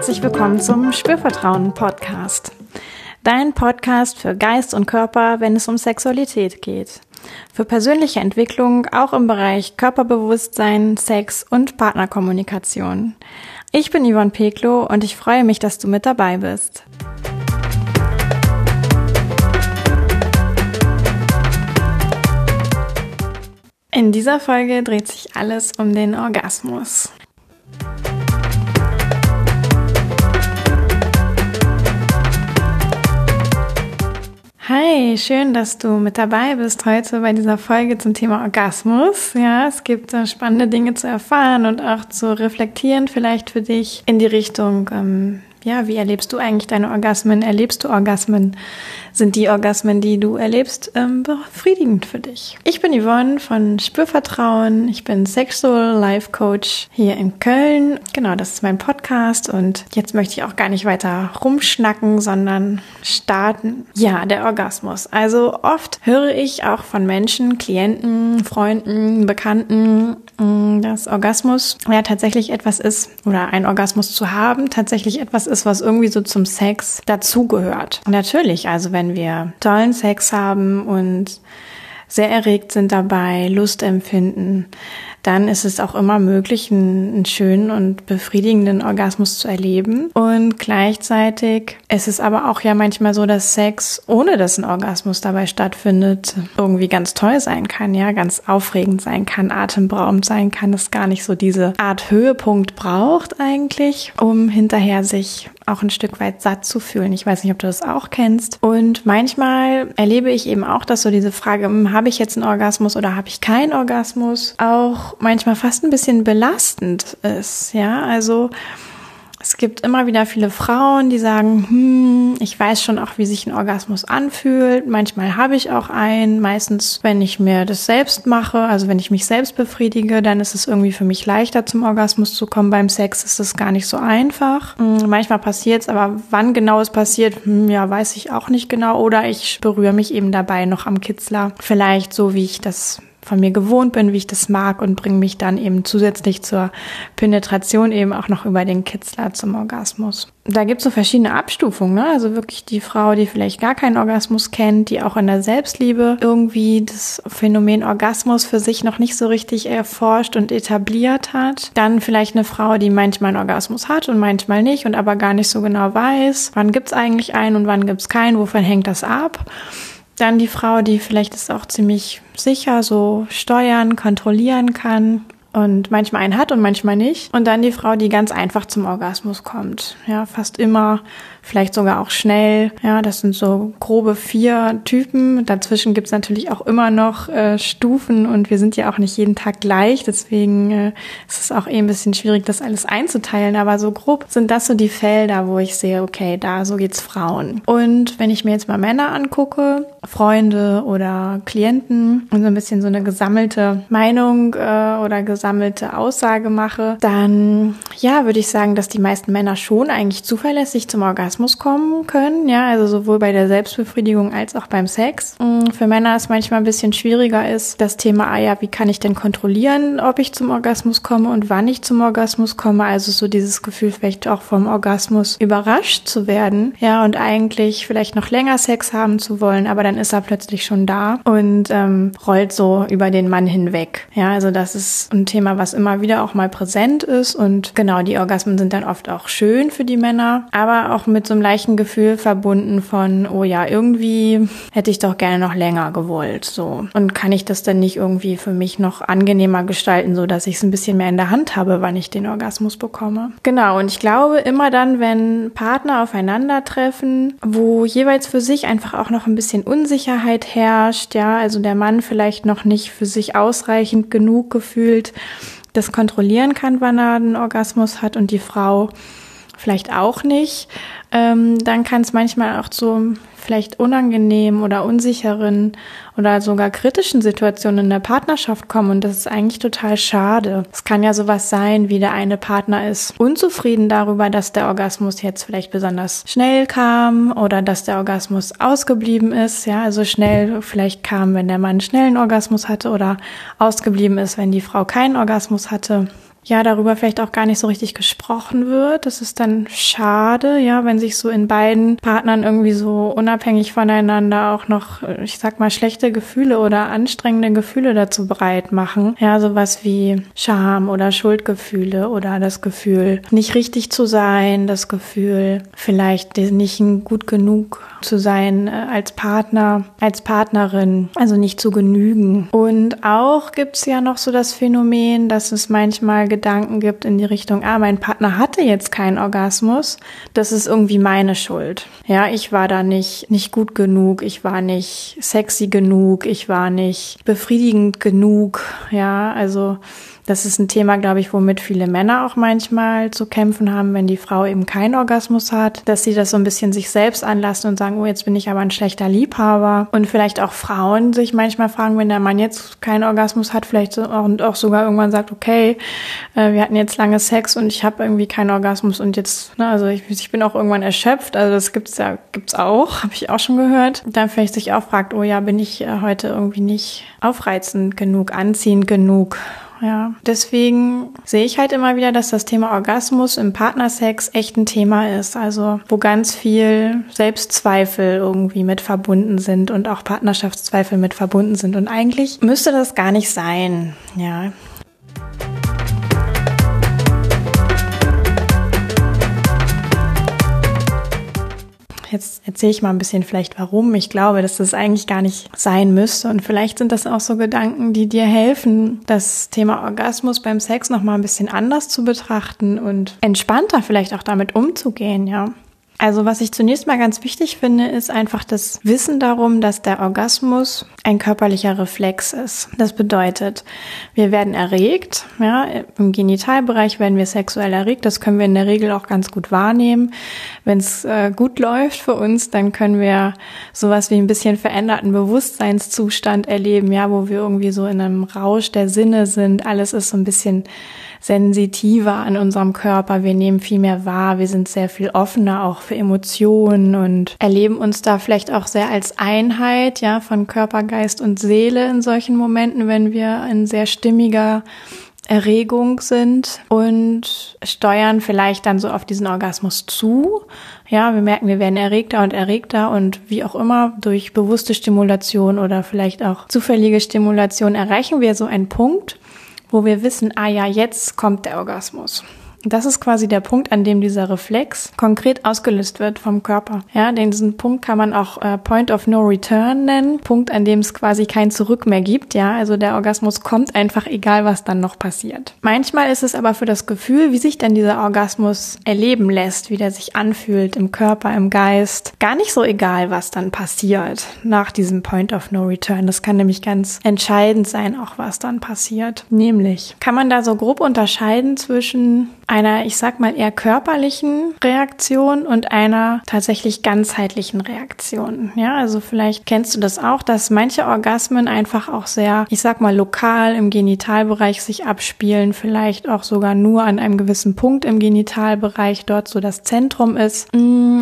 herzlich willkommen zum Spürvertrauen-Podcast. Dein Podcast für Geist und Körper, wenn es um Sexualität geht. Für persönliche Entwicklung auch im Bereich Körperbewusstsein, Sex und Partnerkommunikation. Ich bin Yvonne Peklo und ich freue mich, dass du mit dabei bist. In dieser Folge dreht sich alles um den Orgasmus. Hi, schön, dass du mit dabei bist heute bei dieser Folge zum Thema Orgasmus. Ja, es gibt spannende Dinge zu erfahren und auch zu reflektieren, vielleicht für dich in die Richtung, wie erlebst du eigentlich deine Orgasmen? Erlebst du Orgasmen? Sind die Orgasmen, die du erlebst, befriedigend für dich? Ich bin Yvonne von Spürvertrauen. Ich bin Sexual Life Coach hier in Köln. Genau, das ist mein Podcast und jetzt möchte ich auch gar nicht weiter rumschnacken, sondern starten. Ja, der Orgasmus. Also oft höre ich auch von Menschen, Klienten, Freunden, Bekannten, dass Orgasmus ja tatsächlich etwas ist oder ein Orgasmus zu haben tatsächlich etwas ist, was irgendwie so zum Sex dazugehört. Und natürlich, also wenn wir tollen Sex haben und sehr erregt sind dabei, Lust empfinden, dann ist es auch immer möglich, einen schönen und befriedigenden Orgasmus zu erleben. Und gleichzeitig ist es aber auch ja manchmal so, dass Sex, ohne dass ein Orgasmus dabei stattfindet, irgendwie ganz toll sein kann, ja, ganz aufregend sein kann, atemberaubend sein kann, es gar nicht so diese Art Höhepunkt braucht eigentlich, um hinterher sich auch ein Stück weit satt zu fühlen. Ich weiß nicht, ob du das auch kennst. Und manchmal erlebe ich eben auch, dass so diese Frage, habe ich jetzt einen Orgasmus oder habe ich keinen Orgasmus, auch manchmal fast ein bisschen belastend ist. Ja, also es gibt immer wieder viele Frauen, die sagen, ich weiß schon auch, wie sich ein Orgasmus anfühlt. Manchmal habe ich auch einen. Meistens, wenn ich mir das selbst mache, also wenn ich mich selbst befriedige, dann ist es irgendwie für mich leichter, zum Orgasmus zu kommen. Beim Sex ist es gar nicht so einfach. Manchmal passiert es, aber wann genau es passiert, weiß ich auch nicht genau. Oder ich berühre mich eben dabei noch am Kitzler. Vielleicht so, wie ich das von mir gewohnt bin, wie ich das mag und bringe mich dann eben zusätzlich zur Penetration eben auch noch über den Kitzler zum Orgasmus. Da gibt es so verschiedene Abstufungen, ne? Also wirklich die Frau, die vielleicht gar keinen Orgasmus kennt, die auch in der Selbstliebe irgendwie das Phänomen Orgasmus für sich noch nicht so richtig erforscht und etabliert hat. Dann vielleicht eine Frau, die manchmal einen Orgasmus hat und manchmal nicht und aber gar nicht so genau weiß, wann gibt es eigentlich einen und wann gibt es keinen, wovon hängt das ab. Dann die Frau, die vielleicht es auch ziemlich sicher so steuern, kontrollieren kann und manchmal einen hat und manchmal nicht. Und dann die Frau, die ganz einfach zum Orgasmus kommt. Ja, fast immer, vielleicht sogar auch schnell. Ja, das sind so grobe 4 Typen. Dazwischen gibt's natürlich auch immer noch Stufen und wir sind ja auch nicht jeden Tag gleich. Deswegen ist es auch ein bisschen schwierig, das alles einzuteilen. Aber so grob sind das so die Felder, wo ich sehe, okay, da so geht's Frauen. Und wenn ich mir jetzt mal Männer angucke, Freunde oder Klienten und so ein bisschen so eine gesammelte Meinung oder gesammelte Aussage mache, dann würde ich sagen, dass die meisten Männer schon eigentlich zuverlässig zum Orgasmus kommen können, ja, also sowohl bei der Selbstbefriedigung als auch beim Sex. Für Männer ist manchmal ein bisschen schwieriger ist das Thema, wie kann ich denn kontrollieren, ob ich zum Orgasmus komme und wann ich zum Orgasmus komme, also so dieses Gefühl vielleicht auch vom Orgasmus überrascht zu werden, ja, und eigentlich vielleicht noch länger Sex haben zu wollen, aber dann ist er plötzlich schon da und rollt so über den Mann hinweg, ja, also das ist ein Thema, was immer wieder auch mal präsent ist und genau, die Orgasmen sind dann oft auch schön für die Männer, aber auch mit so einem leichten Gefühl verbunden von, oh ja, irgendwie hätte ich doch gerne noch länger gewollt, so. Und kann ich das dann nicht irgendwie für mich noch angenehmer gestalten, so dass ich es ein bisschen mehr in der Hand habe, wann ich den Orgasmus bekomme. Genau, und ich glaube, immer dann, wenn Partner aufeinandertreffen, wo jeweils für sich einfach auch noch ein bisschen Unsicherheit herrscht, ja, also der Mann vielleicht noch nicht für sich ausreichend genug gefühlt das kontrollieren kann, wann er einen Orgasmus hat und die Frau vielleicht auch nicht, dann kann es manchmal auch zu vielleicht unangenehmen oder unsicheren oder sogar kritischen Situationen in der Partnerschaft kommen und das ist eigentlich total schade. Es kann ja sowas sein, wie der eine Partner ist unzufrieden darüber, dass der Orgasmus jetzt vielleicht besonders schnell kam oder dass der Orgasmus ausgeblieben ist, ja, also schnell vielleicht kam, wenn der Mann schnell einen Orgasmus hatte oder ausgeblieben ist, wenn die Frau keinen Orgasmus hatte. ja, darüber vielleicht auch gar nicht so richtig gesprochen wird. Das ist dann schade, ja, wenn sich so in beiden Partnern irgendwie so unabhängig voneinander auch noch, ich sag mal, schlechte Gefühle oder anstrengende Gefühle dazu bereit machen. Ja, sowas wie Scham oder Schuldgefühle oder das Gefühl, nicht richtig zu sein, das Gefühl, vielleicht nicht gut genug zu sein als Partner, als Partnerin, also nicht zu genügen. Und auch gibt's ja noch so das Phänomen, dass es manchmal Gedanken gibt in die Richtung, mein Partner hatte jetzt keinen Orgasmus, das ist irgendwie meine Schuld. Ja, ich war da nicht gut genug, ich war nicht sexy genug, ich war nicht befriedigend genug. Ja, also das ist ein Thema, glaube ich, womit viele Männer auch manchmal zu kämpfen haben, wenn die Frau eben keinen Orgasmus hat, dass sie das so ein bisschen sich selbst anlassen und sagen, oh, jetzt bin ich aber ein schlechter Liebhaber. Und vielleicht auch Frauen sich manchmal fragen, wenn der Mann jetzt keinen Orgasmus hat, vielleicht auch sogar irgendwann sagt, okay, wir hatten jetzt lange Sex und ich habe irgendwie keinen Orgasmus und jetzt, also ich bin auch irgendwann erschöpft. Also das gibt's auch, habe ich auch schon gehört. Und dann vielleicht sich auch fragt, oh ja, bin ich heute irgendwie nicht aufreizend genug, anziehend genug? Ja, deswegen sehe ich halt immer wieder, dass das Thema Orgasmus im Partnersex echt ein Thema ist. Also wo ganz viel Selbstzweifel irgendwie mit verbunden sind und auch Partnerschaftszweifel mit verbunden sind. Und eigentlich müsste das gar nicht sein. Ja. Jetzt erzähle ich mal ein bisschen vielleicht, warum ich glaube, dass das eigentlich gar nicht sein müsste. Und vielleicht sind das auch so Gedanken, die dir helfen, das Thema Orgasmus beim Sex nochmal ein bisschen anders zu betrachten und entspannter vielleicht auch damit umzugehen, ja. Also was ich zunächst mal ganz wichtig finde, ist einfach das Wissen darum, dass der Orgasmus ein körperlicher Reflex ist. Das bedeutet, wir werden erregt, ja, im Genitalbereich werden wir sexuell erregt. Das können wir in der Regel auch ganz gut wahrnehmen. Wenn es gut läuft für uns, dann können wir sowas wie ein bisschen veränderten Bewusstseinszustand erleben, ja, wo wir irgendwie so in einem Rausch der Sinne sind. Alles ist so ein bisschen sensitiver an unserem Körper, wir nehmen viel mehr wahr, wir sind sehr viel offener auch für Emotionen und erleben uns da vielleicht auch sehr als Einheit, ja, von Körper, Geist und Seele in solchen Momenten, wenn wir in sehr stimmiger Erregung sind und steuern vielleicht dann so auf diesen Orgasmus zu. Ja, wir merken, wir werden erregter und wie auch immer durch bewusste Stimulation oder vielleicht auch zufällige Stimulation erreichen wir so einen Punkt, wo wir wissen, ja, jetzt kommt der Orgasmus. Das ist quasi der Punkt, an dem dieser Reflex konkret ausgelöst wird vom Körper. Ja, diesen Punkt kann man auch Point of No Return nennen. Punkt, an dem es quasi kein Zurück mehr gibt. Ja, also der Orgasmus kommt einfach, egal was dann noch passiert. Manchmal ist es aber für das Gefühl, wie sich dann dieser Orgasmus erleben lässt, wie der sich anfühlt im Körper, im Geist, gar nicht so egal, was dann passiert nach diesem Point of No Return. Das kann nämlich ganz entscheidend sein, auch was dann passiert. Nämlich kann man da so grob unterscheiden zwischen einer, ich sag mal, eher körperlichen Reaktion und einer tatsächlich ganzheitlichen Reaktion. Ja, also vielleicht kennst du das auch, dass manche Orgasmen einfach auch sehr, ich sag mal, lokal im Genitalbereich sich abspielen, vielleicht auch sogar nur an einem gewissen Punkt im Genitalbereich, dort so das Zentrum ist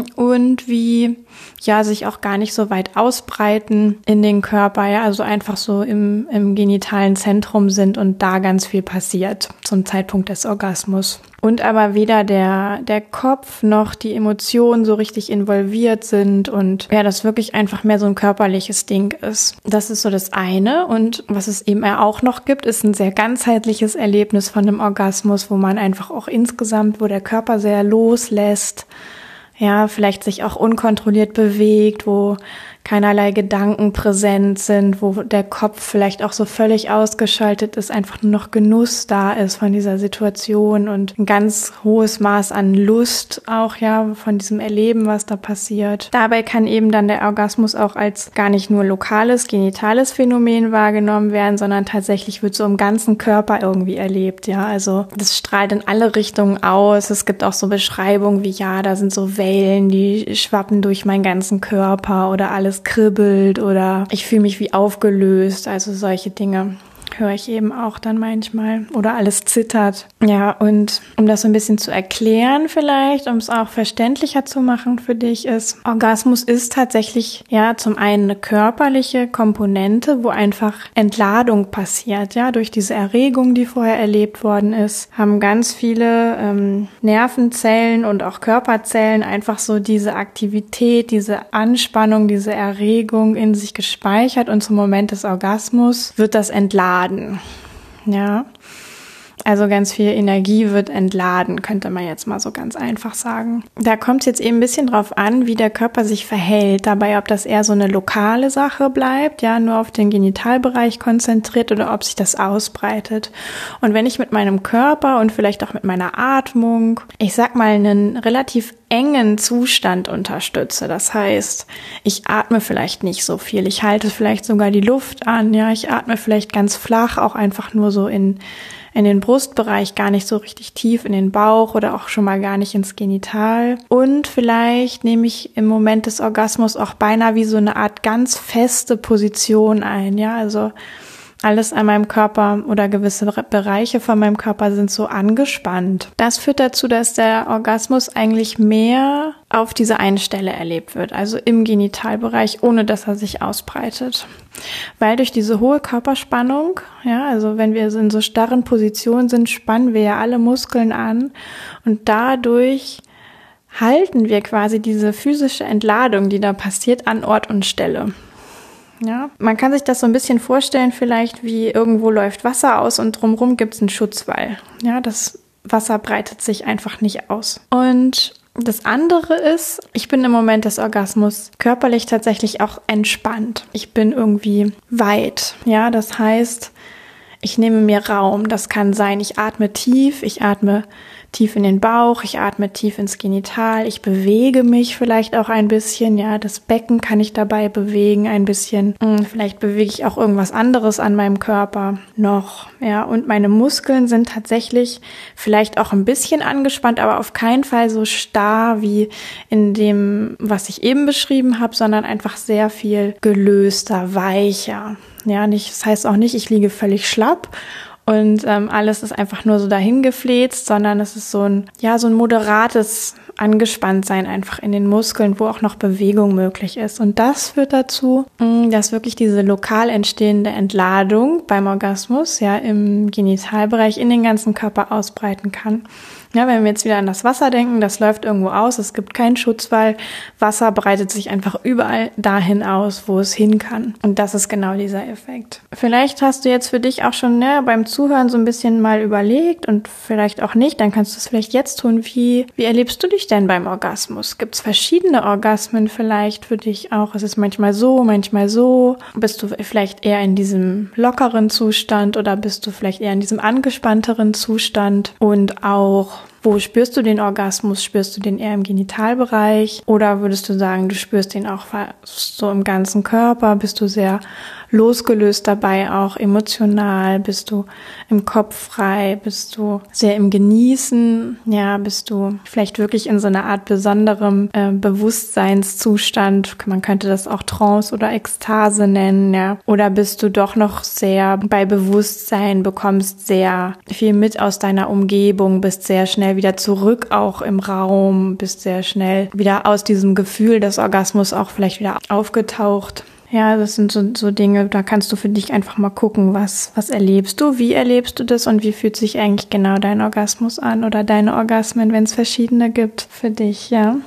und wie ja sich auch gar nicht so weit ausbreiten in den Körper, ja, also einfach so im genitalen Zentrum sind und da ganz viel passiert zum Zeitpunkt des Orgasmus. Und aber weder der Kopf noch die Emotionen so richtig involviert sind und ja, das wirklich einfach mehr so ein körperliches Ding ist. Das ist so das eine. Und was es eben auch noch gibt, ist ein sehr ganzheitliches Erlebnis von einem Orgasmus, wo man einfach auch insgesamt, wo der Körper sehr loslässt, ja, vielleicht sich auch unkontrolliert bewegt, wo keinerlei Gedanken präsent sind, wo der Kopf vielleicht auch so völlig ausgeschaltet ist, einfach nur noch Genuss da ist von dieser Situation und ein ganz hohes Maß an Lust auch, ja, von diesem Erleben, was da passiert. Dabei kann eben dann der Orgasmus auch als gar nicht nur lokales, genitales Phänomen wahrgenommen werden, sondern tatsächlich wird so im ganzen Körper irgendwie erlebt, ja, also das strahlt in alle Richtungen aus. Es gibt auch so Beschreibungen wie, ja, da sind so Wellen, die schwappen durch meinen ganzen Körper oder alles kribbelt oder ich fühle mich wie aufgelöst, also solche Dinge höre ich eben auch dann manchmal, oder alles zittert. Ja, und um das so ein bisschen zu erklären vielleicht, um es auch verständlicher zu machen für dich, ist, Orgasmus ist tatsächlich ja zum einen eine körperliche Komponente, wo einfach Entladung passiert, ja, durch diese Erregung, die vorher erlebt worden ist, haben ganz viele Nervenzellen und auch Körperzellen einfach so diese Aktivität, diese Anspannung, diese Erregung in sich gespeichert und zum Moment des Orgasmus wird das entladen. Ja, also ganz viel Energie wird entladen, könnte man jetzt mal so ganz einfach sagen. Da kommt es jetzt eben ein bisschen drauf an, wie der Körper sich verhält. Dabei, ob das eher so eine lokale Sache bleibt, ja, nur auf den Genitalbereich konzentriert oder ob sich das ausbreitet. Und wenn ich mit meinem Körper und vielleicht auch mit meiner Atmung, ich sag mal, einen relativ engen Zustand unterstütze. Das heißt, ich atme vielleicht nicht so viel. Ich halte vielleicht sogar die Luft an. Ja, ich atme vielleicht ganz flach, auch einfach nur so in den Brustbereich, gar nicht so richtig tief in den Bauch oder auch schon mal gar nicht ins Genital. Und vielleicht nehme ich im Moment des Orgasmus auch beinahe wie so eine Art ganz feste Position ein. Ja, also alles an meinem Körper oder gewisse Bereiche von meinem Körper sind so angespannt. Das führt dazu, dass der Orgasmus eigentlich mehr auf dieser einen Stelle erlebt wird, also im Genitalbereich, ohne dass er sich ausbreitet. Weil durch diese hohe Körperspannung, ja, also wenn wir in so starren Positionen sind, spannen wir ja alle Muskeln an und dadurch halten wir quasi diese physische Entladung, die da passiert, an Ort und Stelle. Ja, man kann sich das so ein bisschen vorstellen, vielleicht wie irgendwo läuft Wasser aus und drumherum gibt es einen Schutzwall. Ja, das Wasser breitet sich einfach nicht aus. Und das andere ist, ich bin im Moment des Orgasmus körperlich tatsächlich auch entspannt. Ich bin irgendwie weit. Ja, das heißt, ich nehme mir Raum. Das kann sein, ich atme tief in den Bauch, ich atme tief ins Genital, ich bewege mich vielleicht auch ein bisschen, ja, das Becken kann ich dabei bewegen ein bisschen, vielleicht bewege ich auch irgendwas anderes an meinem Körper noch, ja, und meine Muskeln sind tatsächlich vielleicht auch ein bisschen angespannt, aber auf keinen Fall so starr wie in dem, was ich eben beschrieben habe, sondern einfach sehr viel gelöster, weicher, ja, das heißt auch nicht, ich liege völlig schlapp und alles ist einfach nur so dahin gefläzt, sondern es ist so ein moderates Angespanntsein einfach in den Muskeln, wo auch noch Bewegung möglich ist. Und das führt dazu, dass wirklich diese lokal entstehende Entladung beim Orgasmus ja im Genitalbereich in den ganzen Körper ausbreiten kann. Ja, wenn wir jetzt wieder an das Wasser denken, das läuft irgendwo aus, es gibt keinen Schutzwall, Wasser breitet sich einfach überall dahin aus, wo es hin kann. Und das ist genau dieser Effekt. Vielleicht hast du jetzt für dich auch schon beim Zuhören so ein bisschen mal überlegt und vielleicht auch nicht, dann kannst du es vielleicht jetzt tun. Wie erlebst du dich denn beim Orgasmus? Gibt es verschiedene Orgasmen vielleicht für dich auch? Es ist manchmal so, manchmal so. Bist du vielleicht eher in diesem lockeren Zustand oder bist du vielleicht eher in diesem angespannteren Zustand? Und auch, wo spürst du den Orgasmus? Spürst du den eher im Genitalbereich? Oder würdest du sagen, du spürst den auch so im ganzen Körper? Bist du sehr losgelöst dabei, auch emotional? Bist du im Kopf frei? Bist du sehr im Genießen? Ja, bist du vielleicht wirklich in so einer Art besonderem Bewusstseinszustand? Man könnte das auch Trance oder Ekstase nennen, ja. Oder bist du doch noch sehr bei Bewusstsein, bekommst sehr viel mit aus deiner Umgebung, bist sehr schnell wieder zurück auch im Raum, bist sehr schnell wieder aus diesem Gefühl des Orgasmus auch vielleicht wieder aufgetaucht. Ja, das sind so Dinge, da kannst du für dich einfach mal gucken, was erlebst du, wie erlebst du das und wie fühlt sich eigentlich genau dein Orgasmus an oder deine Orgasmen, wenn es verschiedene gibt für dich, ja.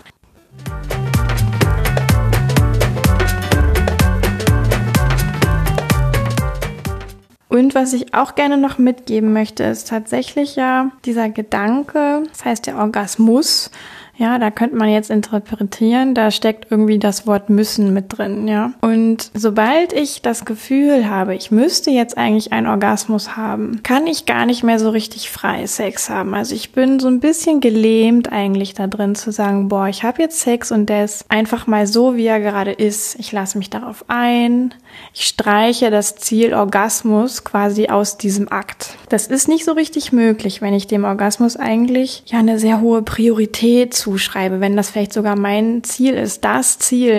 Und was ich auch gerne noch mitgeben möchte, ist tatsächlich ja dieser Gedanke, das heißt der Orgasmus. Ja, da könnte man jetzt interpretieren, da steckt irgendwie das Wort müssen mit drin, ja. Und sobald ich das Gefühl habe, ich müsste jetzt eigentlich einen Orgasmus haben, kann ich gar nicht mehr so richtig frei Sex haben. Also ich bin so ein bisschen gelähmt eigentlich da drin zu sagen, boah, ich habe jetzt Sex und der ist einfach mal so, wie er gerade ist. Ich lasse mich darauf ein. Ich streiche das Ziel Orgasmus quasi aus diesem Akt. Das ist nicht so richtig möglich, wenn ich dem Orgasmus eigentlich ja eine sehr hohe Priorität zuschreibe, wenn das vielleicht sogar mein Ziel ist, das Ziel, ich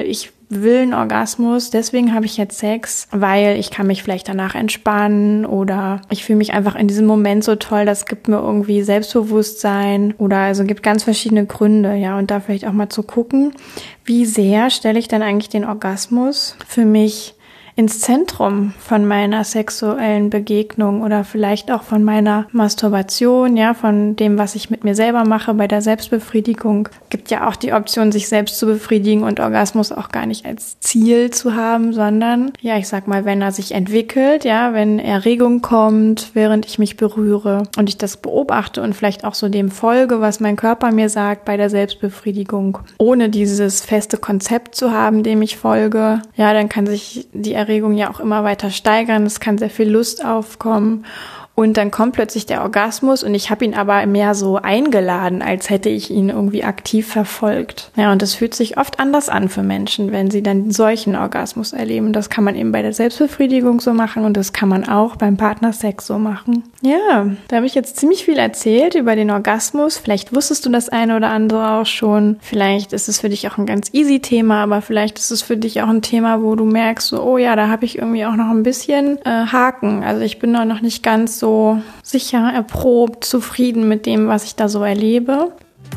will einen Orgasmus, deswegen habe ich jetzt Sex, weil ich kann mich vielleicht danach entspannen oder ich fühle mich einfach in diesem Moment so toll, das gibt mir irgendwie Selbstbewusstsein oder also gibt ganz verschiedene Gründe, ja, und da vielleicht auch mal zu gucken, wie sehr stelle ich dann eigentlich den Orgasmus für mich ins Zentrum von meiner sexuellen Begegnung oder vielleicht auch von meiner Masturbation, ja, von dem, was ich mit mir selber mache bei der Selbstbefriedigung. Gibt ja auch die Option, sich selbst zu befriedigen und Orgasmus auch gar nicht als Ziel zu haben, sondern, ja, ich sag mal, wenn er sich entwickelt, ja, wenn Erregung kommt, während ich mich berühre und ich das beobachte und vielleicht auch so dem folge, was mein Körper mir sagt bei der Selbstbefriedigung, ohne dieses feste Konzept zu haben, dem ich folge, ja, dann kann sich die Erregung ja auch immer weiter steigern, es kann sehr viel Lust aufkommen und dann kommt plötzlich der Orgasmus und ich habe ihn aber mehr so eingeladen, als hätte ich ihn irgendwie aktiv verfolgt. Ja, und das fühlt sich oft anders an für Menschen, wenn sie dann solchen Orgasmus erleben. Das kann man eben bei der Selbstbefriedigung so machen und das kann man auch beim Partnersex so machen. Ja, da habe ich jetzt ziemlich viel erzählt über den Orgasmus. Vielleicht wusstest du das eine oder andere auch schon. Vielleicht ist es für dich auch ein ganz easy Thema, aber vielleicht ist es für dich auch ein Thema, wo du merkst, so, oh ja, da habe ich irgendwie auch noch ein bisschen Haken. Also ich bin noch nicht ganz so sicher, erprobt, zufrieden mit dem, was ich da so erlebe.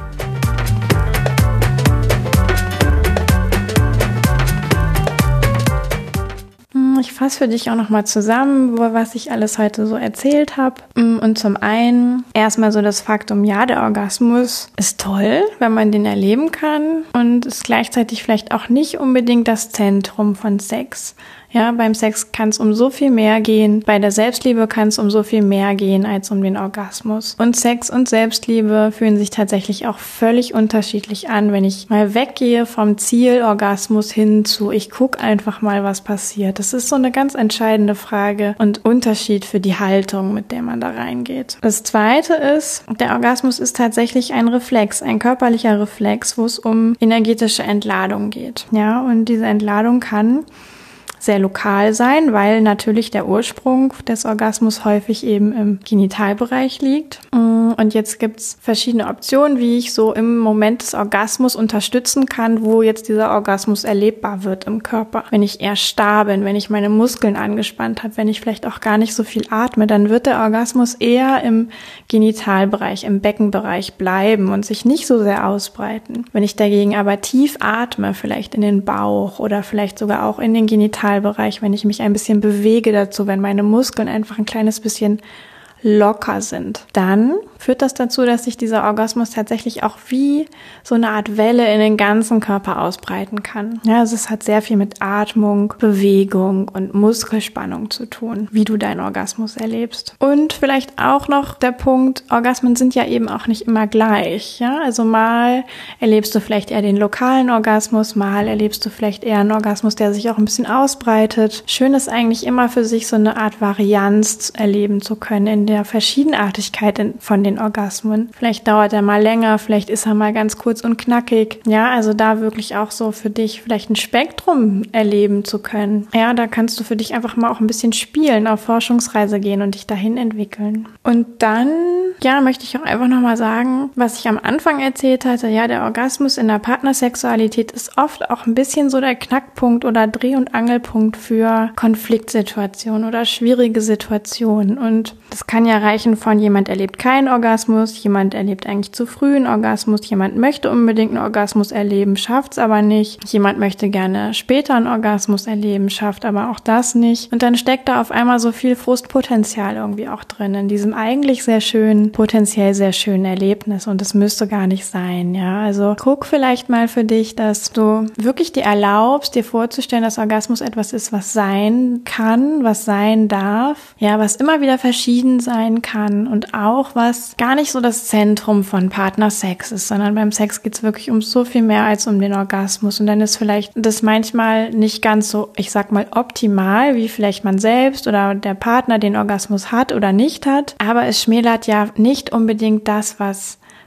Ich fasse für dich auch nochmal zusammen, was ich alles heute so erzählt habe. Und zum einen erstmal so das Faktum, ja, der Orgasmus ist toll, wenn man den erleben kann und ist gleichzeitig vielleicht auch nicht unbedingt das Zentrum von Sex. Ja, beim Sex kann es um so viel mehr gehen. Bei der Selbstliebe kann es um so viel mehr gehen als um den Orgasmus. Und Sex und Selbstliebe fühlen sich tatsächlich auch völlig unterschiedlich an, wenn ich mal weggehe vom Ziel Orgasmus hin zu, ich gucke einfach mal, was passiert. Das ist so eine ganz entscheidende Frage und Unterschied für die Haltung, mit der man da reingeht. Das Zweite ist, der Orgasmus ist tatsächlich ein Reflex, ein körperlicher Reflex, wo es um energetische Entladung geht. Ja, und diese Entladung kann sehr lokal sein, weil natürlich der Ursprung des Orgasmus häufig eben im Genitalbereich liegt. Und jetzt gibt's verschiedene Optionen, wie ich so im Moment des Orgasmus unterstützen kann, wo jetzt dieser Orgasmus erlebbar wird im Körper. Wenn ich eher starr bin, wenn ich meine Muskeln angespannt habe, wenn ich vielleicht auch gar nicht so viel atme, dann wird der Orgasmus eher im Genitalbereich, im Beckenbereich bleiben und sich nicht so sehr ausbreiten. Wenn ich dagegen aber tief atme, vielleicht in den Bauch oder vielleicht sogar auch in den Genitalbereich, wenn ich mich ein bisschen bewege dazu, wenn meine Muskeln einfach ein kleines bisschen locker sind, dann führt das dazu, dass sich dieser Orgasmus tatsächlich auch wie so eine Art Welle in den ganzen Körper ausbreiten kann. Ja, also es hat sehr viel mit Atmung, Bewegung und Muskelspannung zu tun, wie du deinen Orgasmus erlebst. Und vielleicht auch noch der Punkt, Orgasmen sind ja eben auch nicht immer gleich. Ja, also mal erlebst du vielleicht eher den lokalen Orgasmus, mal erlebst du vielleicht eher einen Orgasmus, der sich auch ein bisschen ausbreitet. Schön ist eigentlich immer für sich so eine Art Varianz erleben zu können in der Verschiedenartigkeit von den Orgasmen. Vielleicht dauert er mal länger, vielleicht ist er mal ganz kurz und knackig. Ja, also da wirklich auch so für dich vielleicht ein Spektrum erleben zu können. Ja, da kannst du für dich einfach mal auch ein bisschen spielen, auf Forschungsreise gehen und dich dahin entwickeln. Und dann, ja, möchte ich auch einfach nochmal sagen, was ich am Anfang erzählt hatte, ja, der Orgasmus in der Partnersexualität ist oft auch ein bisschen so der Knackpunkt oder Dreh- und Angelpunkt für Konfliktsituationen oder schwierige Situationen. Und das kann ja reichen von jemand erlebt keinen Orgasmus, jemand erlebt eigentlich zu früh einen Orgasmus, jemand möchte unbedingt einen Orgasmus erleben, schafft's aber nicht. Jemand möchte gerne später einen Orgasmus erleben, schafft aber auch das nicht. Und dann steckt da auf einmal so viel Frustpotenzial irgendwie auch drin, in diesem eigentlich sehr schönen, potenziell sehr schönen Erlebnis. Und das müsste gar nicht sein, ja. Also guck vielleicht mal für dich, dass du wirklich dir erlaubst, dir vorzustellen, dass Orgasmus etwas ist, was sein kann, was sein darf, ja, was immer wieder verschieden sein kann und auch was gar nicht so das Zentrum von Partnersex ist, sondern beim Sex geht es wirklich um so viel mehr als um den Orgasmus und dann ist vielleicht das manchmal nicht ganz so, ich sag mal, optimal, wie vielleicht man selbst oder der Partner den Orgasmus hat oder nicht hat, aber es schmälert ja nicht unbedingt das, was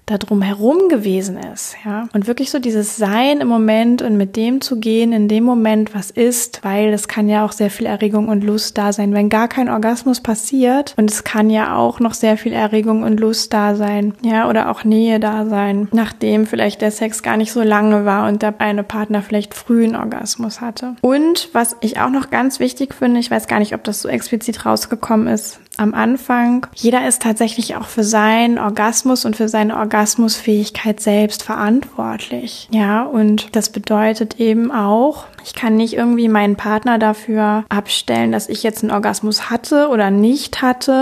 da drum herum gewesen ist, ja. Und wirklich so dieses Sein im Moment und mit dem zu gehen, in dem Moment, was ist, weil es kann ja auch sehr viel Erregung und Lust da sein, wenn gar kein Orgasmus passiert. Und es kann ja auch noch sehr viel Erregung und Lust da sein, ja, oder auch Nähe da sein, nachdem vielleicht der Sex gar nicht so lange war und der eine Partner vielleicht früh einen Orgasmus hatte. Und was ich auch noch ganz wichtig finde, ich weiß gar nicht, ob das so explizit rausgekommen ist am Anfang, jeder ist tatsächlich auch für seinen Orgasmus und für seine Orgasmusfähigkeit selbst verantwortlich. Ja, und das bedeutet eben auch, ich kann nicht irgendwie meinen Partner dafür abstellen, dass ich jetzt einen Orgasmus hatte oder nicht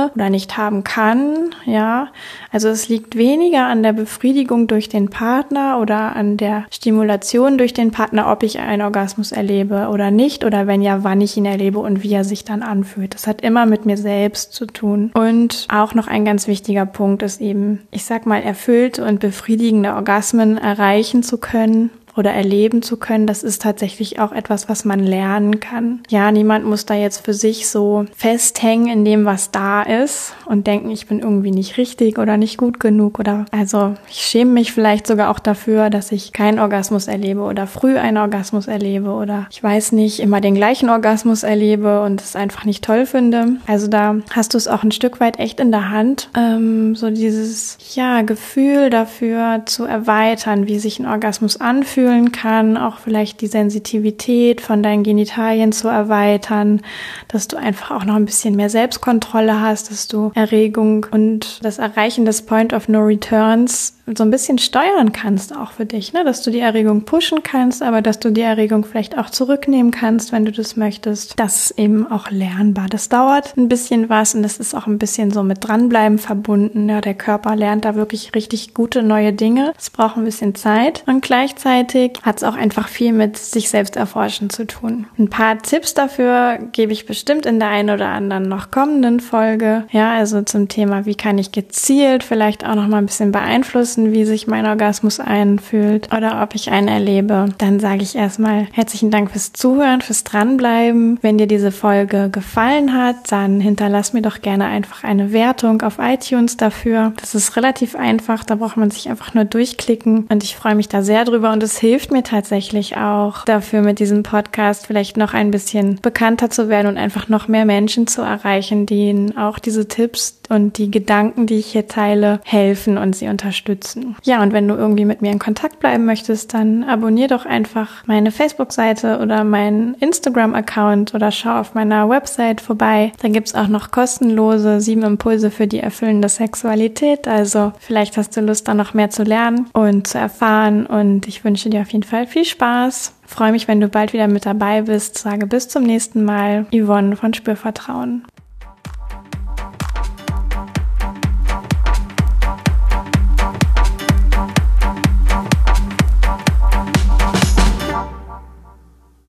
haben kann. Ja, also es liegt weniger an der Befriedigung durch den Partner oder an der Stimulation durch den Partner, ob ich einen Orgasmus erlebe oder nicht, oder wenn ja, wann ich ihn erlebe und wie er sich dann anfühlt. Das hat immer mit mir selbst zu tun. Und auch noch ein ganz wichtiger Punkt ist eben, ich sag mal, erfüllte und befriedigende Orgasmen erreichen zu können oder erleben zu können, das ist tatsächlich auch etwas, was man lernen kann. Ja, niemand muss da jetzt für sich so festhängen in dem, was da ist und denken, ich bin irgendwie nicht richtig oder nicht gut genug oder, also ich schäme mich vielleicht sogar auch dafür, dass ich keinen Orgasmus erlebe oder früh einen Orgasmus erlebe oder ich weiß nicht, immer den gleichen Orgasmus erlebe und es einfach nicht toll finde. Also da hast du es auch ein Stück weit echt in der Hand, so dieses, ja, Gefühl dafür zu erweitern, wie sich ein Orgasmus anfühlt kann, auch vielleicht die Sensitivität von deinen Genitalien zu erweitern, dass du einfach auch noch ein bisschen mehr Selbstkontrolle hast, dass du Erregung und das Erreichen des Point of No Returns so ein bisschen steuern kannst auch für dich, ne? Dass du die Erregung pushen kannst, aber dass du die Erregung vielleicht auch zurücknehmen kannst, wenn du das möchtest. Das ist eben auch lernbar. Das dauert ein bisschen was und das ist auch ein bisschen so mit Dranbleiben verbunden. Ja, der Körper lernt da wirklich richtig gute neue Dinge. Es braucht ein bisschen Zeit und gleichzeitig hat es auch einfach viel mit sich selbst erforschen zu tun. Ein paar Tipps dafür gebe ich bestimmt in der einen oder anderen noch kommenden Folge. Ja, also zum Thema, wie kann ich gezielt vielleicht auch noch mal ein bisschen beeinflussen, wie sich mein Orgasmus anfühlt oder ob ich einen erlebe. Dann sage ich erstmal herzlichen Dank fürs Zuhören, fürs Dranbleiben. Wenn dir diese Folge gefallen hat, dann hinterlass mir doch gerne einfach eine Wertung auf iTunes dafür. Das ist relativ einfach, da braucht man sich einfach nur durchklicken und ich freue mich da sehr drüber und es hilft mir tatsächlich auch dafür, mit diesem Podcast vielleicht noch ein bisschen bekannter zu werden und einfach noch mehr Menschen zu erreichen, denen auch diese Tipps und die Gedanken, die ich hier teile, helfen und sie unterstützen. Ja, und wenn du irgendwie mit mir in Kontakt bleiben möchtest, dann abonnier doch einfach meine Facebook-Seite oder meinen Instagram-Account oder schau auf meiner Website vorbei. Da gibt's auch noch kostenlose 7 Impulse für die erfüllende Sexualität. Also vielleicht hast du Lust, da noch mehr zu lernen und zu erfahren und ich wünsche dir auf jeden Fall viel Spaß. Freue mich, wenn du bald wieder mit dabei bist. Sage bis zum nächsten Mal. Yvonne von Spürvertrauen.